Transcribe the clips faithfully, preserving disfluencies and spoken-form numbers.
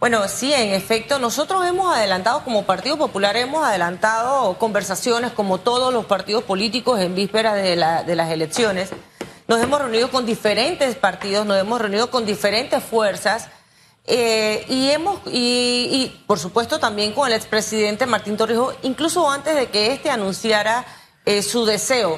Bueno, sí, en efecto, nosotros hemos adelantado, como Partido Popular, hemos adelantado conversaciones como todos los partidos políticos en vísperas de, la, de las elecciones. Nos hemos reunido con diferentes partidos, nos hemos reunido con diferentes fuerzas eh, y hemos y, y por supuesto también con el expresidente Martín Torrijos, incluso antes de que éste anunciara eh, su deseo,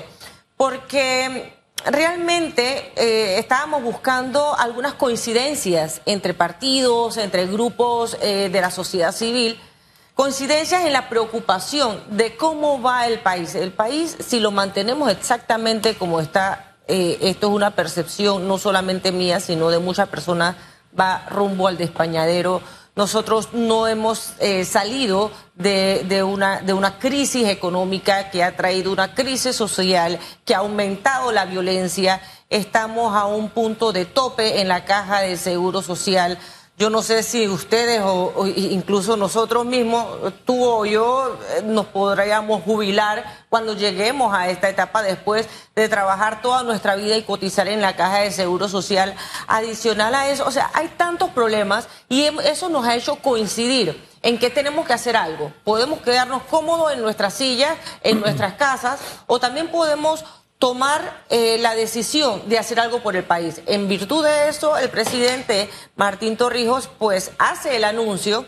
porque realmente eh, estábamos buscando algunas coincidencias entre partidos, entre grupos eh, de la sociedad civil, coincidencias en la preocupación de cómo va el país. El país, si lo mantenemos exactamente como está, eh, esto es una percepción no solamente mía, sino de muchas personas, va rumbo al despeñadero. Nosotros no hemos eh, salido de, de, una, de una crisis económica que ha traído una crisis social, que ha aumentado la violencia. Estamos a un punto de tope en la caja de seguro social. Yo no sé si ustedes o, o incluso nosotros mismos, tú o yo, nos podríamos jubilar cuando lleguemos a esta etapa después de trabajar toda nuestra vida y cotizar en la caja de seguro social. Adicional a eso, o sea, hay tantos problemas y eso nos ha hecho coincidir en que tenemos que hacer algo. Podemos quedarnos cómodos en nuestras sillas, en nuestras casas, o también podemos tomar eh, la decisión de hacer algo por el país. En virtud de eso, el presidente Martín Torrijos pues hace el anuncio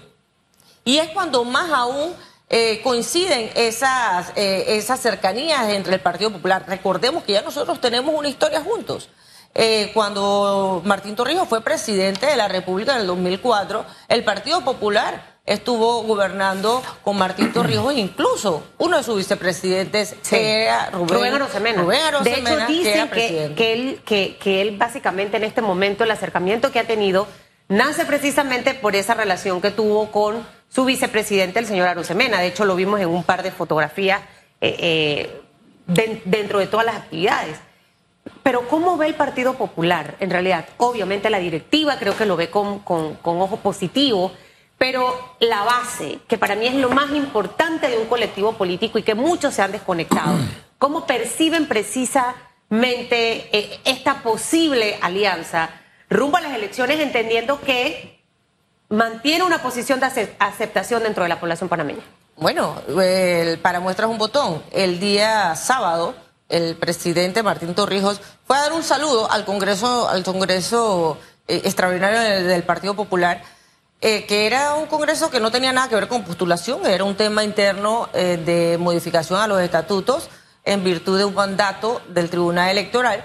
y es cuando más aún eh, coinciden esas, eh, esas cercanías entre el Partido Popular. Recordemos que ya nosotros tenemos una historia juntos. Eh, cuando Martín Torrijos fue presidente de la República en el dos mil cuatro, el Partido Popular estuvo gobernando con Martín Torrijos, incluso uno de sus vicepresidentes sí. era Rubén, Rubén Arosemena. Rubén Arosemena, de hecho, dicen que, era que, que, él, que, que él básicamente en este momento, el acercamiento que ha tenido, nace precisamente por esa relación que tuvo con su vicepresidente, el señor Arosemena. De hecho, lo vimos en un par de fotografías eh, eh, de, dentro de todas las actividades. Pero ¿cómo ve el Partido Popular? En realidad, obviamente la directiva creo que lo ve con, con, con ojo positivo, pero la base, que para mí es lo más importante de un colectivo político y que muchos se han desconectado, ¿cómo perciben precisamente eh, esta posible alianza rumbo a las elecciones, entendiendo que mantiene una posición de aceptación dentro de la población panameña? Bueno, el, para muestras un botón, el día sábado el presidente Martín Torrijos fue a dar un saludo al Congreso, al Congreso eh, extraordinario del, del Partido Popular, Eh, que era un congreso que no tenía nada que ver con postulación, era un tema interno eh, de modificación a los estatutos en virtud de un mandato del Tribunal Electoral,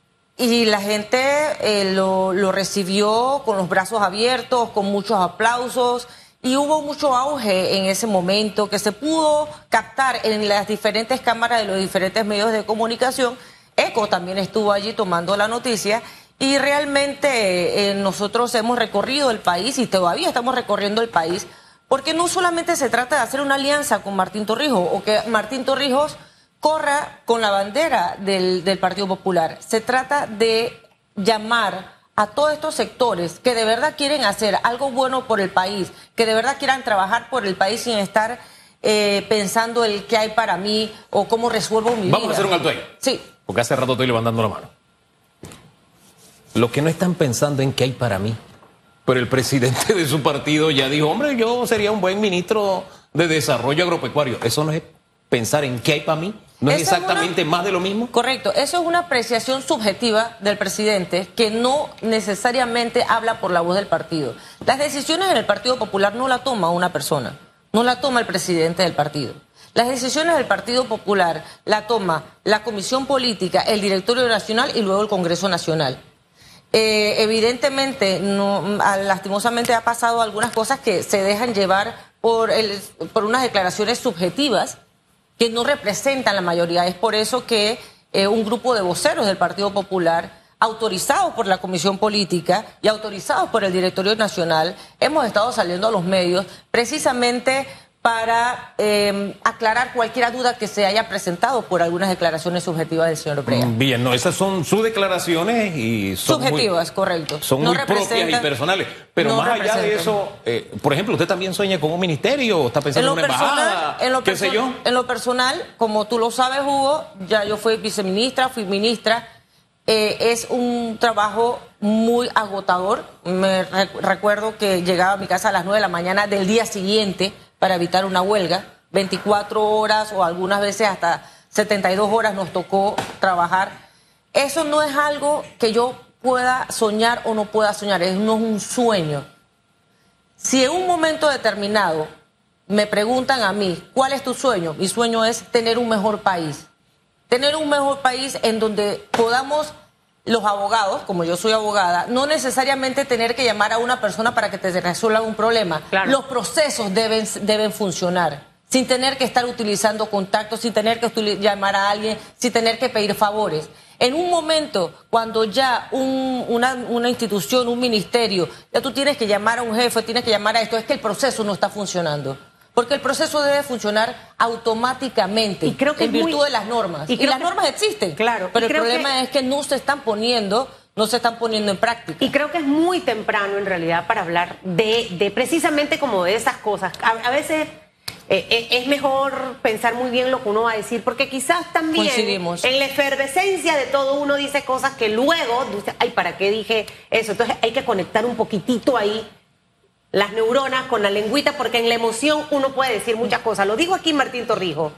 y la gente eh, lo, lo recibió con los brazos abiertos, con muchos aplausos, y hubo mucho auge en ese momento que se pudo captar en las diferentes cámaras de los diferentes medios de comunicación. ECO también estuvo allí tomando la noticia. Y realmente eh, nosotros hemos recorrido el país y todavía estamos recorriendo el país, porque no solamente se trata de hacer una alianza con Martín Torrijos o que Martín Torrijos corra con la bandera del, del Partido Popular. Se trata de llamar a todos estos sectores que de verdad quieren hacer algo bueno por el país, que de verdad quieran trabajar por el país sin estar eh, pensando el qué hay para mí o cómo resuelvo mi vida. Vamos a hacer un alto ahí. Sí. Porque hace rato estoy levantando la mano. Los que no están pensando en qué hay para mí. Pero el presidente de su partido ya dijo, hombre, yo sería un buen ministro de desarrollo agropecuario. Eso no es pensar en qué hay para mí. ¿No es exactamente más de lo mismo? Correcto. Eso es una apreciación subjetiva del presidente que no necesariamente habla por la voz del partido. Las decisiones en el Partido Popular no la toma una persona, no la toma el presidente del partido. Las decisiones del Partido Popular la toma la Comisión Política, el Directorio Nacional y luego el Congreso Nacional. Eh, evidentemente, no, lastimosamente ha pasado algunas cosas que se dejan llevar por, el, por unas declaraciones subjetivas que no representan la mayoría. Es por eso que eh, un grupo de voceros del Partido Popular, autorizados por la Comisión Política y autorizados por el Directorio Nacional, hemos estado saliendo a los medios precisamente para eh, aclarar cualquier duda que se haya presentado por algunas declaraciones subjetivas del señor Brea. Bien, no, esas son sus declaraciones y son subjetivas, muy, correcto. Son no muy propias y personales. Pero no más allá de eso, eh, por ejemplo, ¿usted también sueña con un ministerio o está pensando en una embajada? En lo ¿Qué sé yo? En lo personal, como tú lo sabes, Hugo, ya yo fui viceministra, fui ministra. Eh, es un trabajo muy agotador. Me re- recuerdo que llegaba a mi casa a las nueve de la mañana del día siguiente para evitar una huelga. veinticuatro horas o algunas veces hasta setenta y dos horas nos tocó trabajar. Eso no es algo que yo pueda soñar o no pueda soñar, es, no es un sueño. Si en un momento determinado me preguntan a mí, ¿cuál es tu sueño? Mi sueño es tener un mejor país. Tener un mejor país en donde podamos, los abogados, como yo soy abogada, no necesariamente tener que llamar a una persona para que te resuelva un problema. Claro. Los procesos deben, deben funcionar, sin tener que estar utilizando contactos, sin tener que llamar a alguien, sin tener que pedir favores. En un momento, cuando ya un, una, una institución, un ministerio, ya tú tienes que llamar a un jefe, tienes que llamar a esto, es que el proceso no está funcionando. Porque el proceso debe funcionar automáticamente, y creo que en virtud muy, de las normas. Y, y las que, normas existen, claro, pero el problema que, es que no se están poniendo, no se están poniendo en práctica. Y creo que es muy temprano en realidad para hablar de, de precisamente como de esas cosas. A, a veces eh, es mejor pensar muy bien lo que uno va a decir, porque quizás también en la efervescencia de todo uno dice cosas que luego dice, ay, ¿para qué dije eso? Entonces hay que conectar un poquitito ahí las neuronas con la lengüita, porque en la emoción uno puede decir muchas cosas. Lo dijo aquí Martín Torrijos.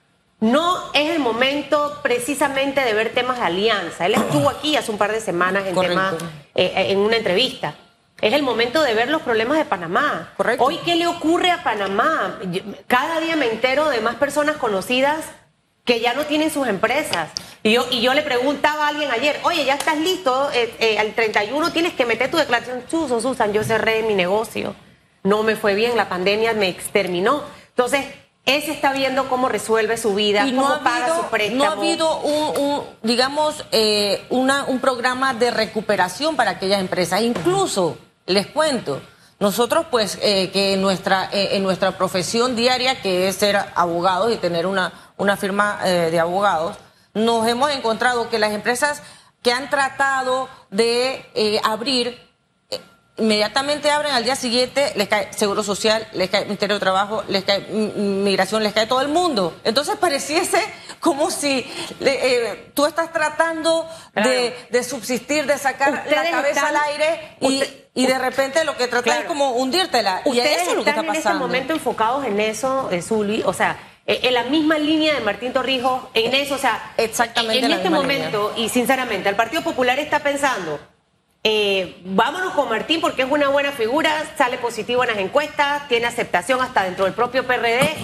No es el momento precisamente de ver temas de alianza. Él estuvo aquí hace un par de semanas en, temas, eh, en una entrevista. Es el momento de ver los problemas de Panamá. Correcto. Hoy, ¿qué le ocurre a Panamá? Cada día me entero de más personas conocidas que ya no tienen sus empresas. Y yo, y yo le preguntaba a alguien ayer, oye, ya estás listo, eh, eh, al treinta y uno tienes que meter tu declaración. Susan, Susan, yo cerré mi negocio. No me fue bien, la pandemia me exterminó. Entonces, él se está viendo cómo resuelve su vida, y cómo no paga habido, su préstamo. No ha habido, un, un digamos, eh, una, un programa de recuperación para aquellas empresas. Incluso, les cuento, nosotros pues eh, que en nuestra, eh, en nuestra profesión diaria, que es ser abogados y tener una, una firma eh, de abogados, nos hemos encontrado que las empresas que han tratado de eh, abrir, eh, inmediatamente abren, al día siguiente les cae Seguro Social, les cae Ministerio de Trabajo, les cae Migración, les cae todo el mundo. Entonces pareciese como si eh, tú estás tratando claro. de, de subsistir, de sacar Ustedes la cabeza están, al aire y, usted, y de repente lo que tratas claro. es como hundírtela. Ustedes y eso es lo que está están pasando. en este momento enfocados en eso, eh, Zuli, o sea, en la misma línea de Martín Torrijos, en eso, o sea, exactamente en la este misma momento, línea. Y sinceramente, el Partido Popular está pensando, eh, vámonos con Martín porque es una buena figura, sale positivo en las encuestas, tiene aceptación hasta dentro del propio P R D,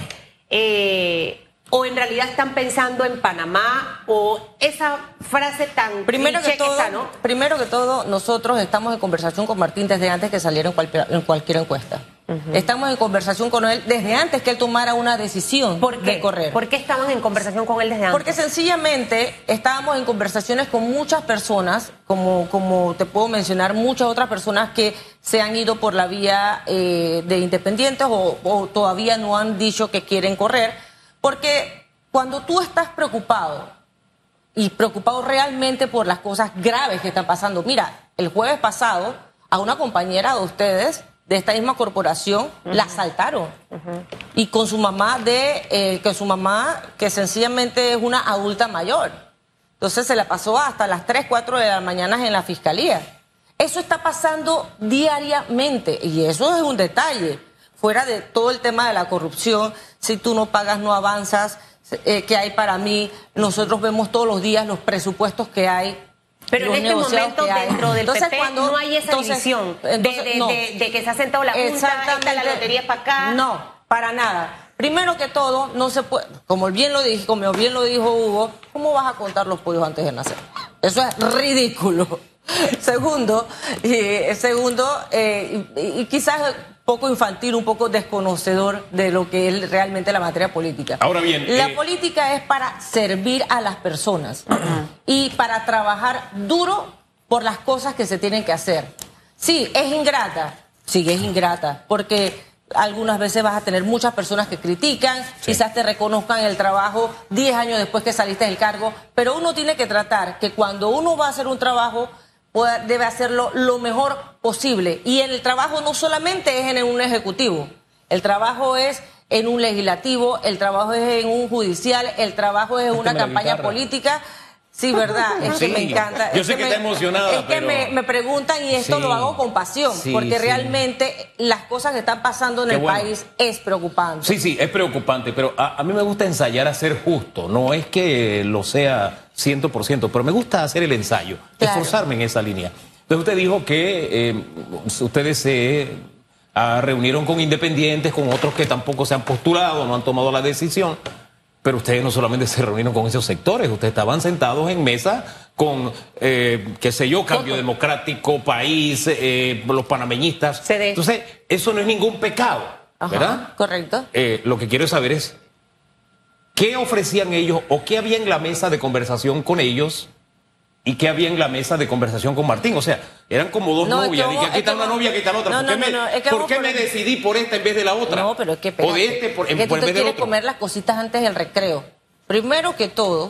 eh, o en realidad están pensando en Panamá, o esa frase tan primero que todo, que está, ¿no? Primero que todo, nosotros estamos en conversación con Martín desde antes que saliera en cualquier, en cualquier encuesta. Uh-huh. Estamos en conversación con él desde antes que él tomara una decisión ¿Por qué? de correr. ¿Por qué estaban en conversación con él desde antes? Porque sencillamente estábamos en conversaciones con muchas personas, como, como te puedo mencionar, muchas otras personas que se han ido por la vía eh, de independientes o, o todavía no han dicho que quieren correr, porque cuando tú estás preocupado y preocupado realmente por las cosas graves que están pasando, mira, el jueves pasado a una compañera de ustedes de esta misma corporación, uh-huh. la asaltaron. Uh-huh. Y con su mamá, de eh, que su mamá, que sencillamente es una adulta mayor. Entonces se la pasó hasta las tres, cuatro de la mañana en la fiscalía. Eso está pasando diariamente y eso es un detalle. Fuera de todo el tema de la corrupción, si tú no pagas, no avanzas, eh, que hay para mí. Nosotros vemos todos los días los presupuestos que hay. Pero en este momento dentro del entonces, P P cuando, no hay esa entonces, división entonces, de, de, no. de, de que se ha sentado la junta, esta la lotería es para acá. No, para nada. Primero que todo, no se puede, como bien lo dije, como bien lo dijo Hugo, ¿cómo vas a contar los pollos antes de nacer? Eso es ridículo. Segundo, y, segundo eh, y, y quizás poco infantil, un poco desconocedor de lo que es realmente la materia política. Ahora bien, la eh... política es para servir a las personas uh-huh. y para trabajar duro por las cosas que se tienen que hacer. Sí, es ingrata, sí, es ingrata, porque algunas veces vas a tener muchas personas que critican, sí. quizás te reconozcan el trabajo diez años después que saliste del cargo, pero uno tiene que tratar que cuando uno va a hacer un trabajo, pueda, debe hacerlo lo mejor posible. Y el trabajo no solamente es en un ejecutivo, el trabajo es en un legislativo, el trabajo es en un judicial, el trabajo es en una campaña política. Sí, verdad, es Sí. que me encanta. Yo es sé que me, está emocionada, Es que pero- me, me preguntan y esto Sí. lo hago con pasión, Sí, porque sí. realmente las cosas que están pasando en Qué el bueno. país es preocupante. Sí, sí, es preocupante, pero a, a mí me gusta ensayar a ser justo. No es que lo sea cien por ciento, pero me gusta hacer el ensayo, Claro. esforzarme en esa línea. Entonces usted dijo que eh, ustedes se ah, reunieron con independientes, con otros que tampoco se han postulado, no han tomado la decisión. Pero ustedes no solamente se reunieron con esos sectores, ustedes estaban sentados en mesa con, eh, qué sé yo, Cambio Otro. Democrático, País, eh, los panameñistas. C D. Entonces, eso no es ningún pecado, Ajá, ¿verdad? correcto. Eh, lo que quiero saber es, ¿qué ofrecían ellos o qué había en la mesa de conversación con ellos y qué había en la mesa de conversación con Martín? O sea, eran como dos No, es novias. que Dije, vamos- aquí es está que una vamos- novia, aquí está la otra. No, ¿Por qué, no, me, no, no, es que ¿por vamos qué por me el- decidí por esta en vez de la otra? No, pero es que O espérate. de este por, en, es que por tú en te vez del quieres otro. comer las cositas antes del recreo. Primero que todo,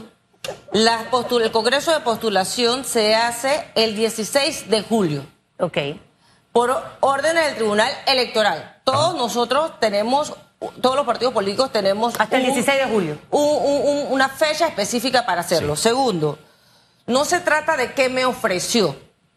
las postul- el Congreso de Postulación se hace el dieciséis de julio. Ok. Por órdenes del Tribunal Electoral. Todos nosotros tenemos, todos los partidos políticos tenemos... Hasta el un- dieciséis de julio. un- un- un- una fecha específica para hacerlo. Sí. Segundo, no se trata de qué me ofreció.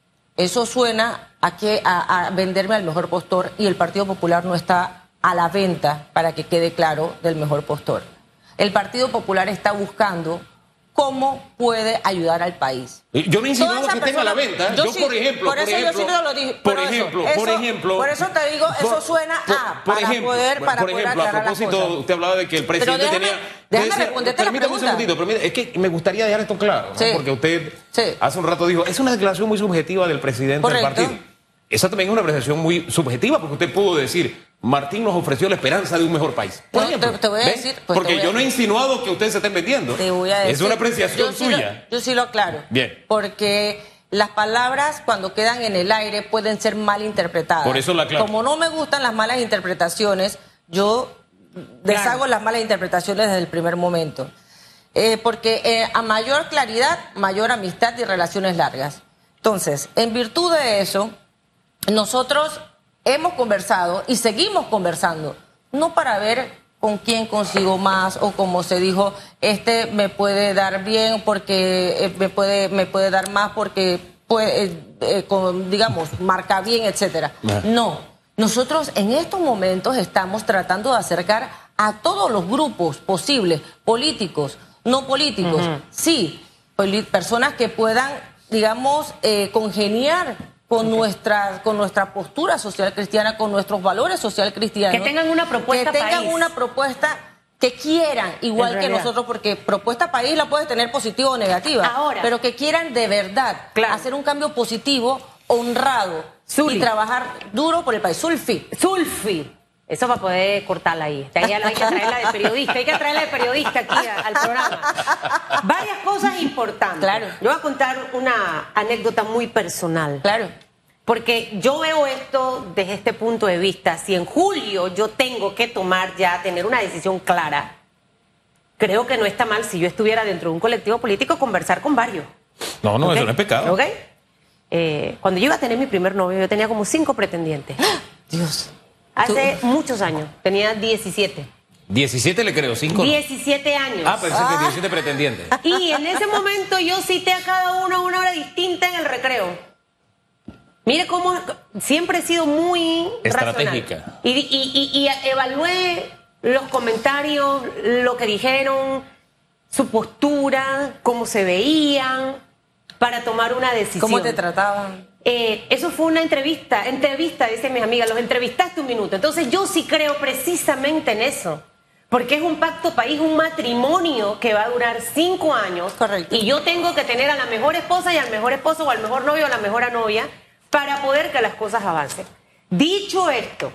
Eso suena a, que, a, a venderme al mejor postor y el Partido Popular no está a la venta, para que quede claro, del mejor postor. El Partido Popular está buscando cómo puede ayudar al país. Yo no insinuo Toda que esa estén a la persona- venta. yo Yo, sí, por ejemplo, por eso yo ejemplo, sí no lo dije, por pero eso- ejemplo, por eso- ejemplo, por eso te digo, eso suena a, para poder- para por poder ejemplo, a aclarar las propósito, cosas. usted hablaba de que el presidente déjame- tenía. déjame decía- responderte la permítame un pregunta. segundito, pero mire, es que me gustaría dejar esto claro, ¿no? Sí. Porque usted Sí. hace un rato dijo, es una declaración muy subjetiva del presidente Correcto. del partido. Esa también es una apreciación muy subjetiva, porque usted pudo decir, Martín nos ofreció la esperanza de un mejor país. Por No, ejemplo, te- te voy a ¿ve? decir, pues, porque te voy a yo no he decir. insinuado que ustedes se estén vendiendo. Te voy a decir. Es una apreciación yo sí lo- suya. yo sí lo aclaro. Bien. Porque las palabras cuando quedan en el aire pueden ser mal interpretadas. Por eso lo aclaro. Como no me gustan las malas interpretaciones, yo deshago las malas interpretaciones desde el primer momento. Eh, porque eh, a mayor claridad, mayor amistad y relaciones largas. Entonces, en virtud de eso, nosotros hemos conversado y seguimos conversando, no para ver con quién consigo más o como se dijo, este me puede dar bien porque eh, me puede me puede dar más porque puede, eh, eh, con, digamos, marca bien, etcétera. Ah. No, nosotros en estos momentos estamos tratando de acercar a todos los grupos posibles, políticos, no políticos, sí, poli- personas que puedan, digamos, eh, congeniar con nuestra con nuestra postura social cristiana, con nuestros valores social cristianos. Que tengan una propuesta Que tengan país. una propuesta que quieran, igual En que realidad. nosotros, porque propuesta país la puedes tener positiva o negativa. Ahora. Pero que quieran de verdad Claro. hacer un cambio positivo, honrado, Zuli. y trabajar duro por el país. Sulfi. Sulfi. Eso para poder cortarla ahí. Ahí hay que traerla de periodista. Hay que traerla de periodista aquí a- al programa. Varias cosas importantes. Claro. Yo voy a contar una anécdota muy personal. Claro. Porque yo veo esto desde este punto de vista. Si en julio yo tengo que tomar ya, tener una decisión clara, creo que no está mal si yo estuviera dentro de un colectivo político conversar con varios. No, no, ¿Ok? eso no es pecado. ¿Ok? Eh, cuando yo iba a tener mi primer novio, yo tenía como cinco pretendientes. Dios. Hace muchos años. Tenía diecisiete. diecisiete le creo, cinco. no. diecisiete años. Ah, pensé que diecisiete pretendientes. Y en ese momento yo cité a cada uno a una hora distinta en el recreo. Mire cómo siempre he sido muy Estratégica. racional. Y, y, y, y evalué los comentarios, lo que dijeron, su postura, cómo se veían, para tomar una decisión. ¿Cómo te trataban? Eh, eso fue una entrevista, entrevista, dicen mis amigas, los entrevistaste un minuto. Entonces yo sí creo precisamente en eso, porque es un pacto país, un matrimonio que va a durar cinco años. Correcto. Y yo tengo que tener a la mejor esposa y al mejor esposo o al mejor novio o a la mejor novia para poder que las cosas avancen. Dicho esto,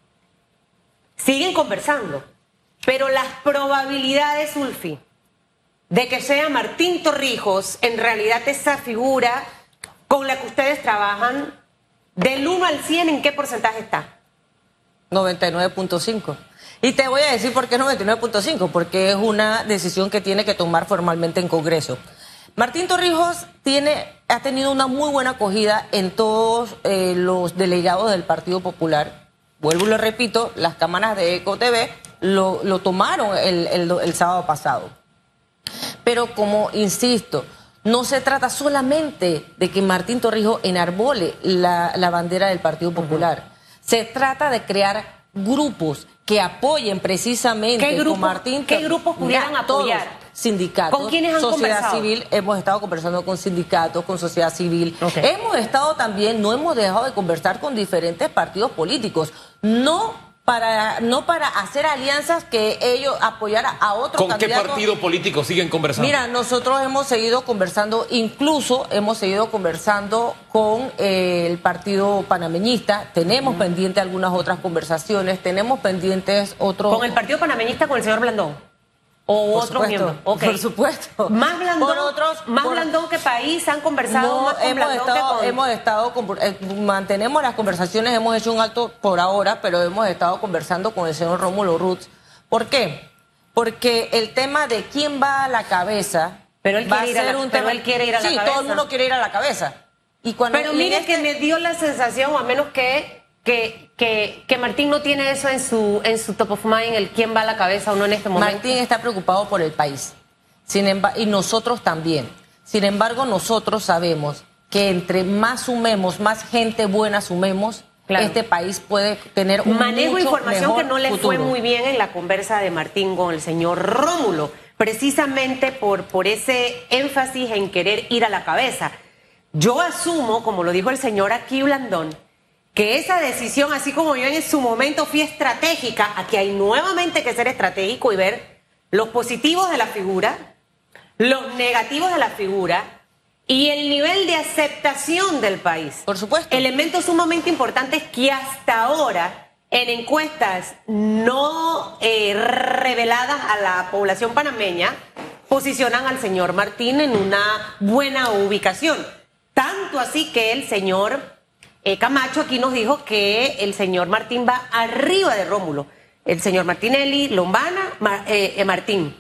siguen conversando, pero las probabilidades, Sulfi, de que sea Martín Torrijos en realidad esa figura con la que ustedes trabajan, del uno al cien, ¿en qué porcentaje está? noventa y nueve punto cinco. Y te voy a decir por qué noventa y nueve punto cinco, porque es una decisión que tiene que tomar formalmente en Congreso. Martín Torrijos tiene, ha tenido una muy buena acogida en todos eh, los delegados del Partido Popular. Vuelvo y lo repito, las cámaras de Eco T V lo, lo tomaron el, el, el sábado pasado. Pero como insisto, no se trata solamente de que Martín Torrijos enarbole la, la bandera del Partido Popular. Uh-huh. Se trata de crear grupos que apoyen precisamente ¿Qué grupo, con Martín. ¿Qué grupos pudieran ya, apoyar? Todos, sindicatos, ¿Con quiénes han sociedad conversado? civil, hemos estado conversando con sindicatos, con sociedad civil. Okay. Hemos estado también, no hemos dejado de conversar con diferentes partidos políticos. No para no para hacer alianzas que ellos apoyar a otros ¿Con candidatos. qué partido político siguen conversando? Mira, nosotros hemos seguido conversando, incluso hemos seguido conversando con eh, el partido panameñista, tenemos uh-huh. pendientes algunas otras conversaciones, tenemos pendientes otros... ¿Con el partido panameñista, con el señor Blandón? ¿O por otros miembros? Okay. Por supuesto. ¿Más Blandón, por otros, más por... Blandón que país han conversado no, más con hemos Blandón estado, que con... hemos estado, con, eh, mantenemos las conversaciones, hemos hecho un alto por ahora, pero hemos estado conversando con el señor Rómulo Ruz. ¿Por qué? Porque el tema de quién va a la cabeza pero él va a quiere ir ser a la, un pero tema... él quiere ir a la sí, cabeza. todo el mundo quiere ir a la cabeza. Y cuando, pero y mire este... que me dio la sensación, o a menos que... Que, que, que Martín no tiene eso en su, en su top of mind, el quién va a la cabeza o no en este momento. Martín está preocupado por el país. Sin embargo, y nosotros también. Sin embargo, nosotros sabemos que entre más sumemos, más gente buena sumemos, claro. este país puede tener un manejo mucho información mejor que no le futuro. Fue muy bien en la conversa de Martín con el señor Rómulo, precisamente por, por ese énfasis en querer ir a la cabeza. Yo asumo, como lo dijo el señor aquí Blandón, que esa decisión, así como yo en su momento fui estratégica, aquí hay nuevamente que ser estratégico y ver los positivos de la figura, los negativos de la figura y el nivel de aceptación del país. Por supuesto. Elementos sumamente importantes que hasta ahora, en encuestas no eh, reveladas a la población panameña, posicionan al señor Martín en una buena ubicación. Tanto así que el señor eh, Camacho aquí nos dijo que el señor Martín va arriba de Rómulo. El señor Martinelli, Lombana, Mar, eh, eh, Martín.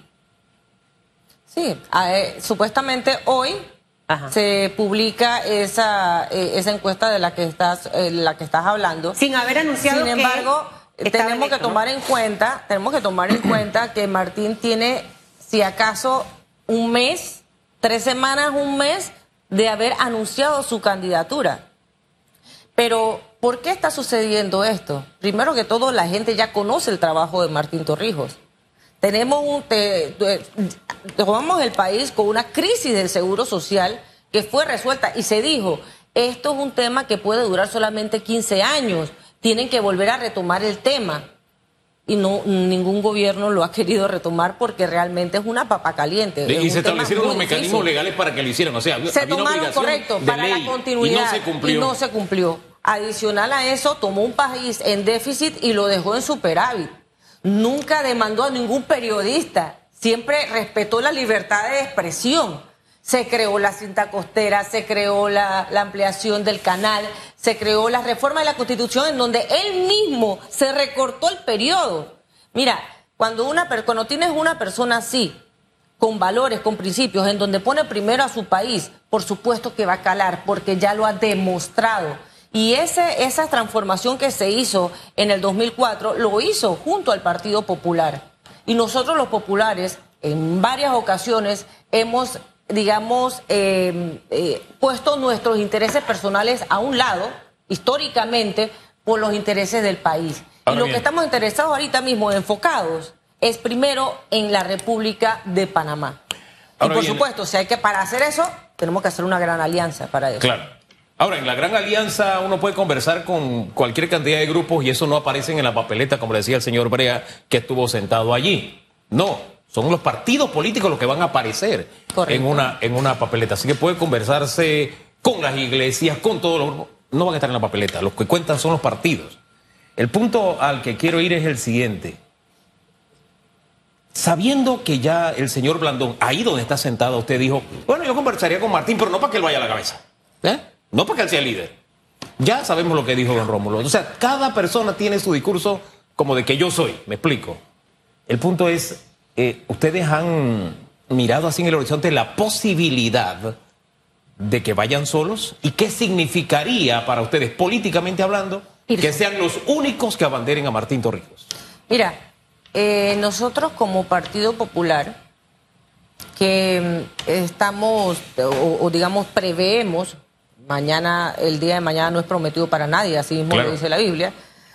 Sí, eh, supuestamente hoy Ajá. se publica esa eh, esa encuesta de la que estás eh, la que estás hablando. Sin haber anunciado. Sin embargo, que tenemos esto, que tomar ¿no? en cuenta, tenemos que tomar en cuenta que Martín tiene, si acaso, un mes, tres semanas, un mes de haber anunciado su candidatura. Pero, ¿por qué está sucediendo esto? Primero que todo, la gente ya conoce el trabajo de Martín Torrijos. Tenemos un, te, te, tomamos el país con una crisis del seguro social que fue resuelta y se dijo, esto es un tema que puede durar solamente quince años, tienen que volver a retomar el tema. Y no ningún gobierno lo ha querido retomar porque realmente es una papa caliente. Y se establecieron los mecanismos difícil. legales para que lo hicieran. O sea, se había tomaron una correcto para ley, la continuidad y no se cumplió. Y no se cumplió. Adicional a eso, tomó un país en déficit y lo dejó en superávit. Nunca demandó a ningún periodista. Siempre respetó la libertad de expresión. Se creó la cinta costera, se creó la, la ampliación del canal, se creó la reforma de la Constitución en donde él mismo se recortó el periodo. Mira, cuando, una, cuando tienes una persona así, con valores, con principios, en donde pone primero a su país, por supuesto que va a calar, porque ya lo ha demostrado. Y ese, esa transformación que se hizo en el dos mil cuatro, lo hizo junto al Partido Popular. Y nosotros los populares, en varias ocasiones, hemos... digamos, eh, eh, puesto nuestros intereses personales a un lado, históricamente, por los intereses del país. Ahora y lo bien. que estamos interesados ahorita mismo, enfocados, es primero en la República de Panamá. Ahora y por bien. supuesto, si hay que, para hacer eso, tenemos que hacer una gran alianza para eso. Claro. Ahora, en la gran alianza uno puede conversar con cualquier cantidad de grupos y eso no aparece en la papeleta, como le decía el señor Brea, que estuvo sentado allí. No. Son los partidos políticos los que van a aparecer en una, en una papeleta. Así que puede conversarse con las iglesias, con todos los grupos. No van a estar en la papeleta. Los que cuentan son los partidos. El punto al que quiero ir es el siguiente. Sabiendo que ya el señor Blandón, ahí donde está sentado, usted dijo, bueno, yo conversaría con Martín, pero no para que él vaya a la cabeza. ¿Eh? No para que él sea líder. Ya sabemos lo que dijo don Rómulo. O sea, cada persona tiene su discurso como de que yo soy. Me explico. El punto es... Eh, ¿ustedes han mirado así en el horizonte la posibilidad de que vayan solos? ¿Y qué significaría para ustedes, políticamente hablando, que sean los únicos que abanderen a Martín Torrijos? Mira, eh, nosotros como Partido Popular que estamos, o, o digamos, preveemos, mañana, el día de mañana no es prometido para nadie, así mismo Claro. lo dice la Biblia,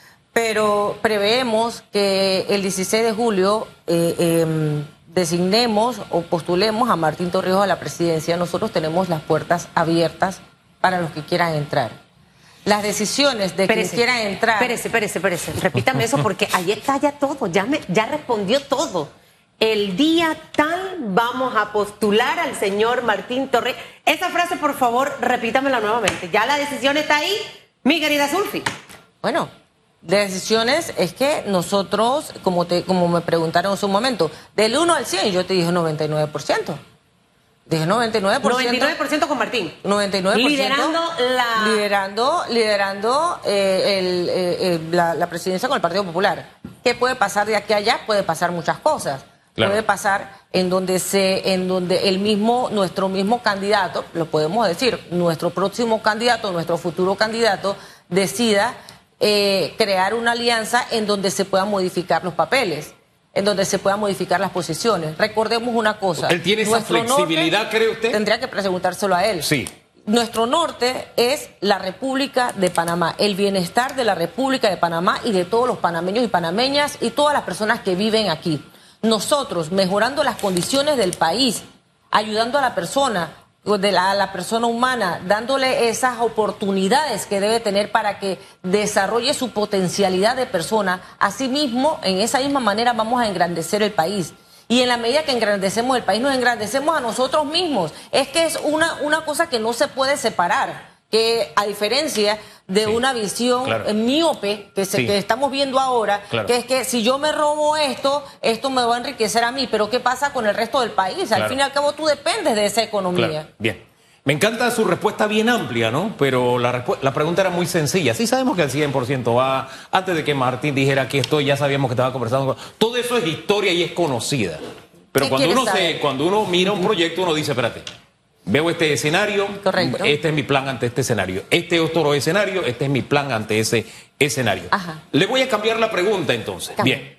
pero preveemos que el dieciséis de julio eh, eh, designemos o postulemos a Martín Torrijos a la presidencia. Nosotros tenemos las puertas abiertas para los que quieran entrar. Las decisiones de quien quiera entrar... Espérese, espérese, espérese. Repítame eso porque ahí está ya todo, ya, me, ya respondió todo. El día tal vamos a postular al señor Martín Torrijos. Esa frase, por favor, repítamela nuevamente. Ya la decisión está ahí, mi querida Zulfi. Bueno, de decisiones es que nosotros, como, te, como me preguntaron en su momento, del uno al cien, yo te dije noventa y nueve por ciento. Dije noventa y nueve por ciento. noventa y nueve por ciento con Martín. noventa y nueve por ciento. Liderando la... Liderando, liderando eh, el, eh, eh, la, la presidencia con el Partido Popular. ¿Qué puede pasar de aquí a allá? Puede pasar muchas cosas. Claro. Puede pasar en donde se, en donde el mismo, nuestro mismo candidato, lo podemos decir, nuestro próximo candidato, nuestro futuro candidato, decida eh, crear una alianza en donde se puedan modificar los papeles, en donde se puedan modificar las posiciones. Recordemos una cosa. ¿Él tiene esa nuestro flexibilidad, norte, cree usted? Tendría que preguntárselo a él. Sí. Nuestro norte es la República de Panamá, el bienestar de la República de Panamá y de todos los panameños y panameñas y todas las personas que viven aquí. Nosotros, mejorando las condiciones del país, ayudando a la persona, de la, a la persona humana, dándole esas oportunidades que debe tener para que desarrolle su potencialidad de persona, asimismo, en esa misma manera vamos a engrandecer el país. Y en la medida que engrandecemos el país, nos engrandecemos a nosotros mismos. Es que es una, una cosa que no se puede separar, que a diferencia de Sí, una visión claro. míope que, se, Sí. que estamos viendo ahora, Claro. que es que si yo me robo esto, esto me va a enriquecer a mí, pero ¿qué pasa con el resto del país? Claro. Al fin y al cabo tú dependes de esa economía. Claro, bien. Me encanta su respuesta bien amplia, ¿no? Pero la, la pregunta era muy sencilla. Sí sabemos que el cien por ciento va, antes de que Martín dijera aquí estoy, ya sabíamos que estaba conversando. Con... Todo eso es historia y es conocida. Pero ¿Qué cuando quieres uno, se, saber? cuando uno mira un proyecto, uno dice, espérate, veo este escenario, Correcto. este es mi plan ante este escenario. Este es otro escenario, este es mi plan ante ese escenario. Ajá. Le voy a cambiar la pregunta entonces. Cambia. Bien.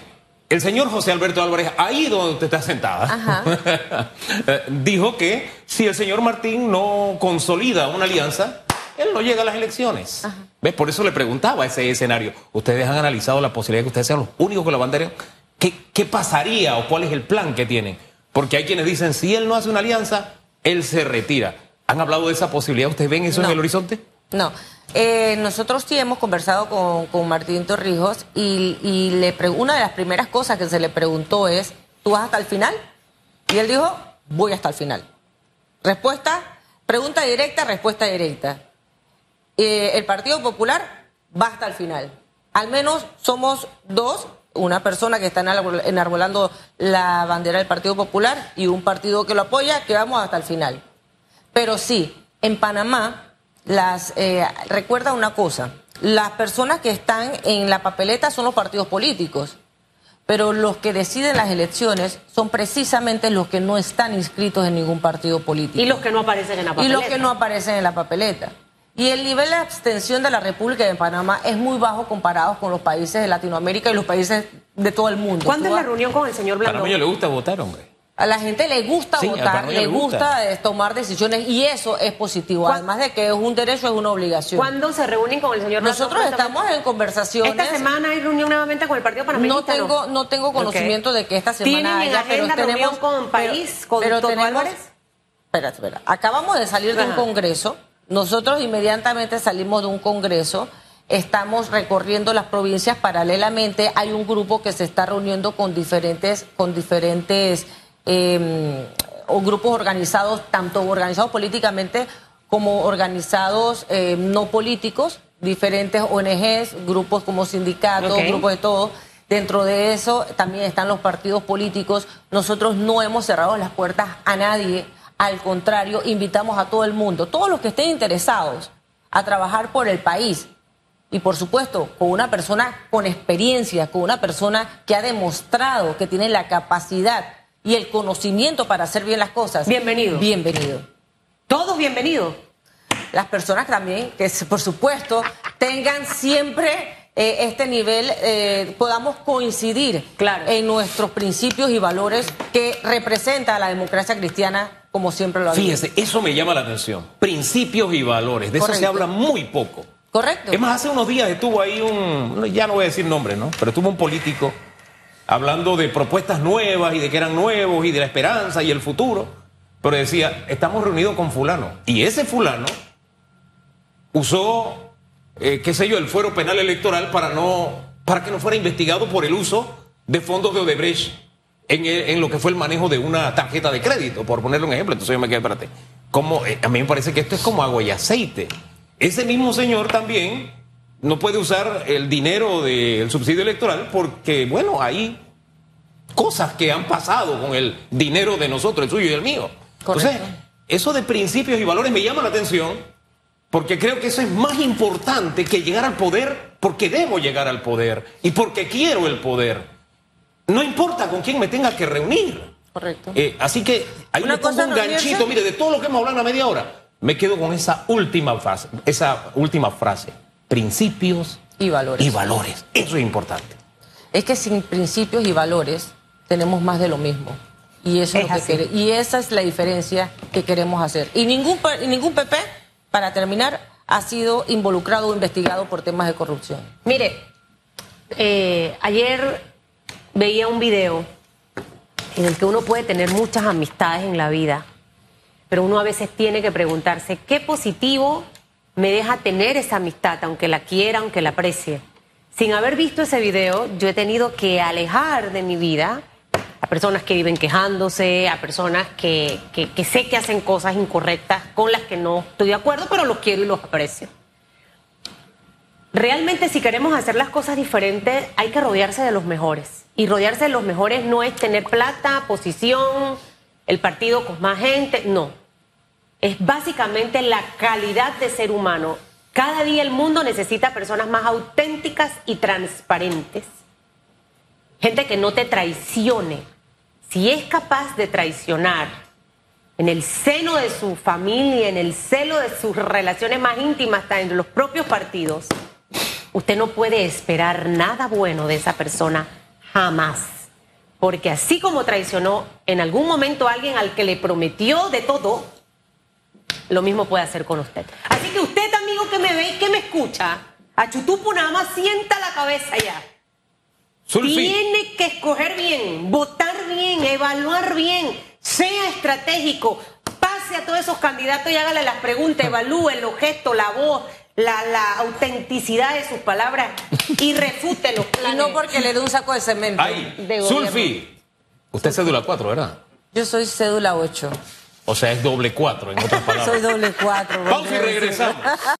El señor José Alberto Álvarez, ahí donde usted está sentada, Ajá. dijo que si el señor Martín no consolida una alianza, él no llega a las elecciones. Ajá. ¿Ves? Por eso le preguntaba ese escenario. ¿Ustedes han analizado la posibilidad de que ustedes sean los únicos que la bandera? ¿Qué, ¿Qué pasaría o cuál es el plan que tienen? Porque hay quienes dicen, si él no hace una alianza, él se retira. ¿Han hablado de esa posibilidad? ¿Ustedes ven eso No. en el horizonte? No, eh, nosotros sí hemos conversado con, con Martín Torrijos y, y le pre- una de las primeras cosas que se le preguntó es, ¿tú vas hasta el final? Y él dijo, voy hasta el final. Respuesta, pregunta directa, respuesta directa. Eh, el Partido Popular va hasta el final. Al menos somos dos, una persona que está enarbol- enarbolando la bandera del Partido Popular y un partido que lo apoya, que vamos hasta el final. Pero sí, en Panamá, las eh, recuerda una cosa, las personas que están en la papeleta son los partidos políticos, pero los que deciden las elecciones son precisamente los que no están inscritos en ningún partido político. Y los que no aparecen en la Y papeleta. los que no aparecen en la papeleta. Y el nivel de abstención de la República de Panamá es muy bajo comparado con los países de Latinoamérica y los países de todo el mundo. ¿Cuándo Tú es la vas- reunión con el señor A Blandón? Panameño le gusta votar, hombre. A la gente le gusta Sí, a votar, Panameño le le gusta. gusta eh, tomar decisiones y eso es positivo. ¿Cuá- Además de que es un derecho, es una obligación. ¿Cuándo se reúnen con el señor Blandón? Nosotros Cuéntame. estamos en conversaciones. Esta semana hay reunión nuevamente con el Partido Panameñista. No tengo, no tengo conocimiento Ok. de que esta semana ¿Tienen en haya, pero agenda tenemos reunión con País, con pero Toto tenemos- Álvarez? Espera, espera. Acabamos de salir de un Ajá. congreso. Nosotros inmediatamente salimos de un congreso. Estamos recorriendo las provincias paralelamente. Hay un grupo que se está reuniendo con diferentes, con diferentes eh, o grupos organizados, tanto organizados políticamente como organizados eh, no políticos, diferentes O N Ges, grupos como sindicatos, Ok. grupos de todo. Dentro de eso también están los partidos políticos. Nosotros no hemos cerrado las puertas a nadie. Al contrario, invitamos a todo el mundo, todos los que estén interesados a trabajar por el país. Y por supuesto, con una persona con experiencia, con una persona que ha demostrado que tiene la capacidad y el conocimiento para hacer bien las cosas. Bienvenido. Bienvenido. Todos bienvenidos. Las personas también que, por supuesto, tengan siempre eh, este nivel eh, podamos coincidir Claro. en nuestros principios y valores que representa a la democracia cristiana como siempre lo ha habido. Fíjese, eso me llama la atención. Principios y valores, de eso Correcto. se habla muy poco. Correcto. Es más, hace unos días estuvo ahí un, ya no voy a decir nombre, ¿no? Pero estuvo un político hablando de propuestas nuevas y de que eran nuevos y de la esperanza y el futuro. Pero decía, estamos reunidos con fulano. Y ese fulano usó, eh, qué sé yo, el fuero penal electoral para, no, para que no fuera investigado por el uso de fondos de Odebrecht en, el- en lo que fue el manejo de una tarjeta de crédito, por ponerle un ejemplo. Entonces yo me quedé, espérate, ¿cómo? Eh, a mí me parece que esto es como agua y aceite. Ese mismo señor también no puede usar el dinero del subsidio electoral porque, bueno, hay cosas que han pasado con el dinero de nosotros, el suyo y el mío. Correcto. Entonces, eso de principios y valores me llama la atención porque creo que eso es más importante que llegar al poder porque debo llegar al poder y porque quiero el poder. No importa con quién me tenga que reunir. Correcto. Eh, así que ahí Una le pongo cosa un es reunirse. ganchito, mire, de todo lo que hemos hablado en una media hora, me quedo con esa última frase, esa última frase, principios Y valores. y valores. Eso es importante. Es que sin principios y valores tenemos más de lo mismo. Y eso es, Es lo que así. quere- y esa es la diferencia que queremos hacer. Y ningún, pa- y ningún P P, para terminar, ha sido involucrado o investigado por temas de corrupción. Mire, eh, ayer veía un video en el que uno puede tener muchas amistades en la vida, pero uno a veces tiene que preguntarse qué positivo me deja tener esa amistad, aunque la quiera, aunque la aprecie. Sin haber visto ese video, yo he tenido que alejar de mi vida a personas que viven quejándose, a personas que, que, que sé que hacen cosas incorrectas con las que no estoy de acuerdo, pero los quiero y los aprecio. Realmente, si queremos hacer las cosas diferentes, hay que rodearse de los mejores. Y rodearse de los mejores no es tener plata, posición, el partido con más gente, no. Es básicamente la calidad de ser humano. Cada día el mundo necesita personas más auténticas y transparentes. Gente que no te traicione. Si es capaz de traicionar en el seno de su familia, en el seno de sus relaciones más íntimas, hasta entre los propios partidos, usted no puede esperar nada bueno de esa persona jamás. Porque así como traicionó en algún momento a alguien al que le prometió de todo, lo mismo puede hacer con usted. Así que usted, amigo que me ve y que me escucha, a Chutupu nada más sienta la cabeza ya. Zulfi, Tiene que escoger bien, votar bien, evaluar bien, sea estratégico, pase a todos esos candidatos y hágale las preguntas, evalúe los gestos, la voz, la, la autenticidad de sus palabras y refute los Y planes. no porque le dé un saco de cemento. ay, de gobierno. Zulfi, usted es cédula cuatro, ¿verdad? Yo soy cédula ocho. O sea, es doble cuatro, en otras palabras. Soy doble cuatro. Pausa y Roberto. regresamos.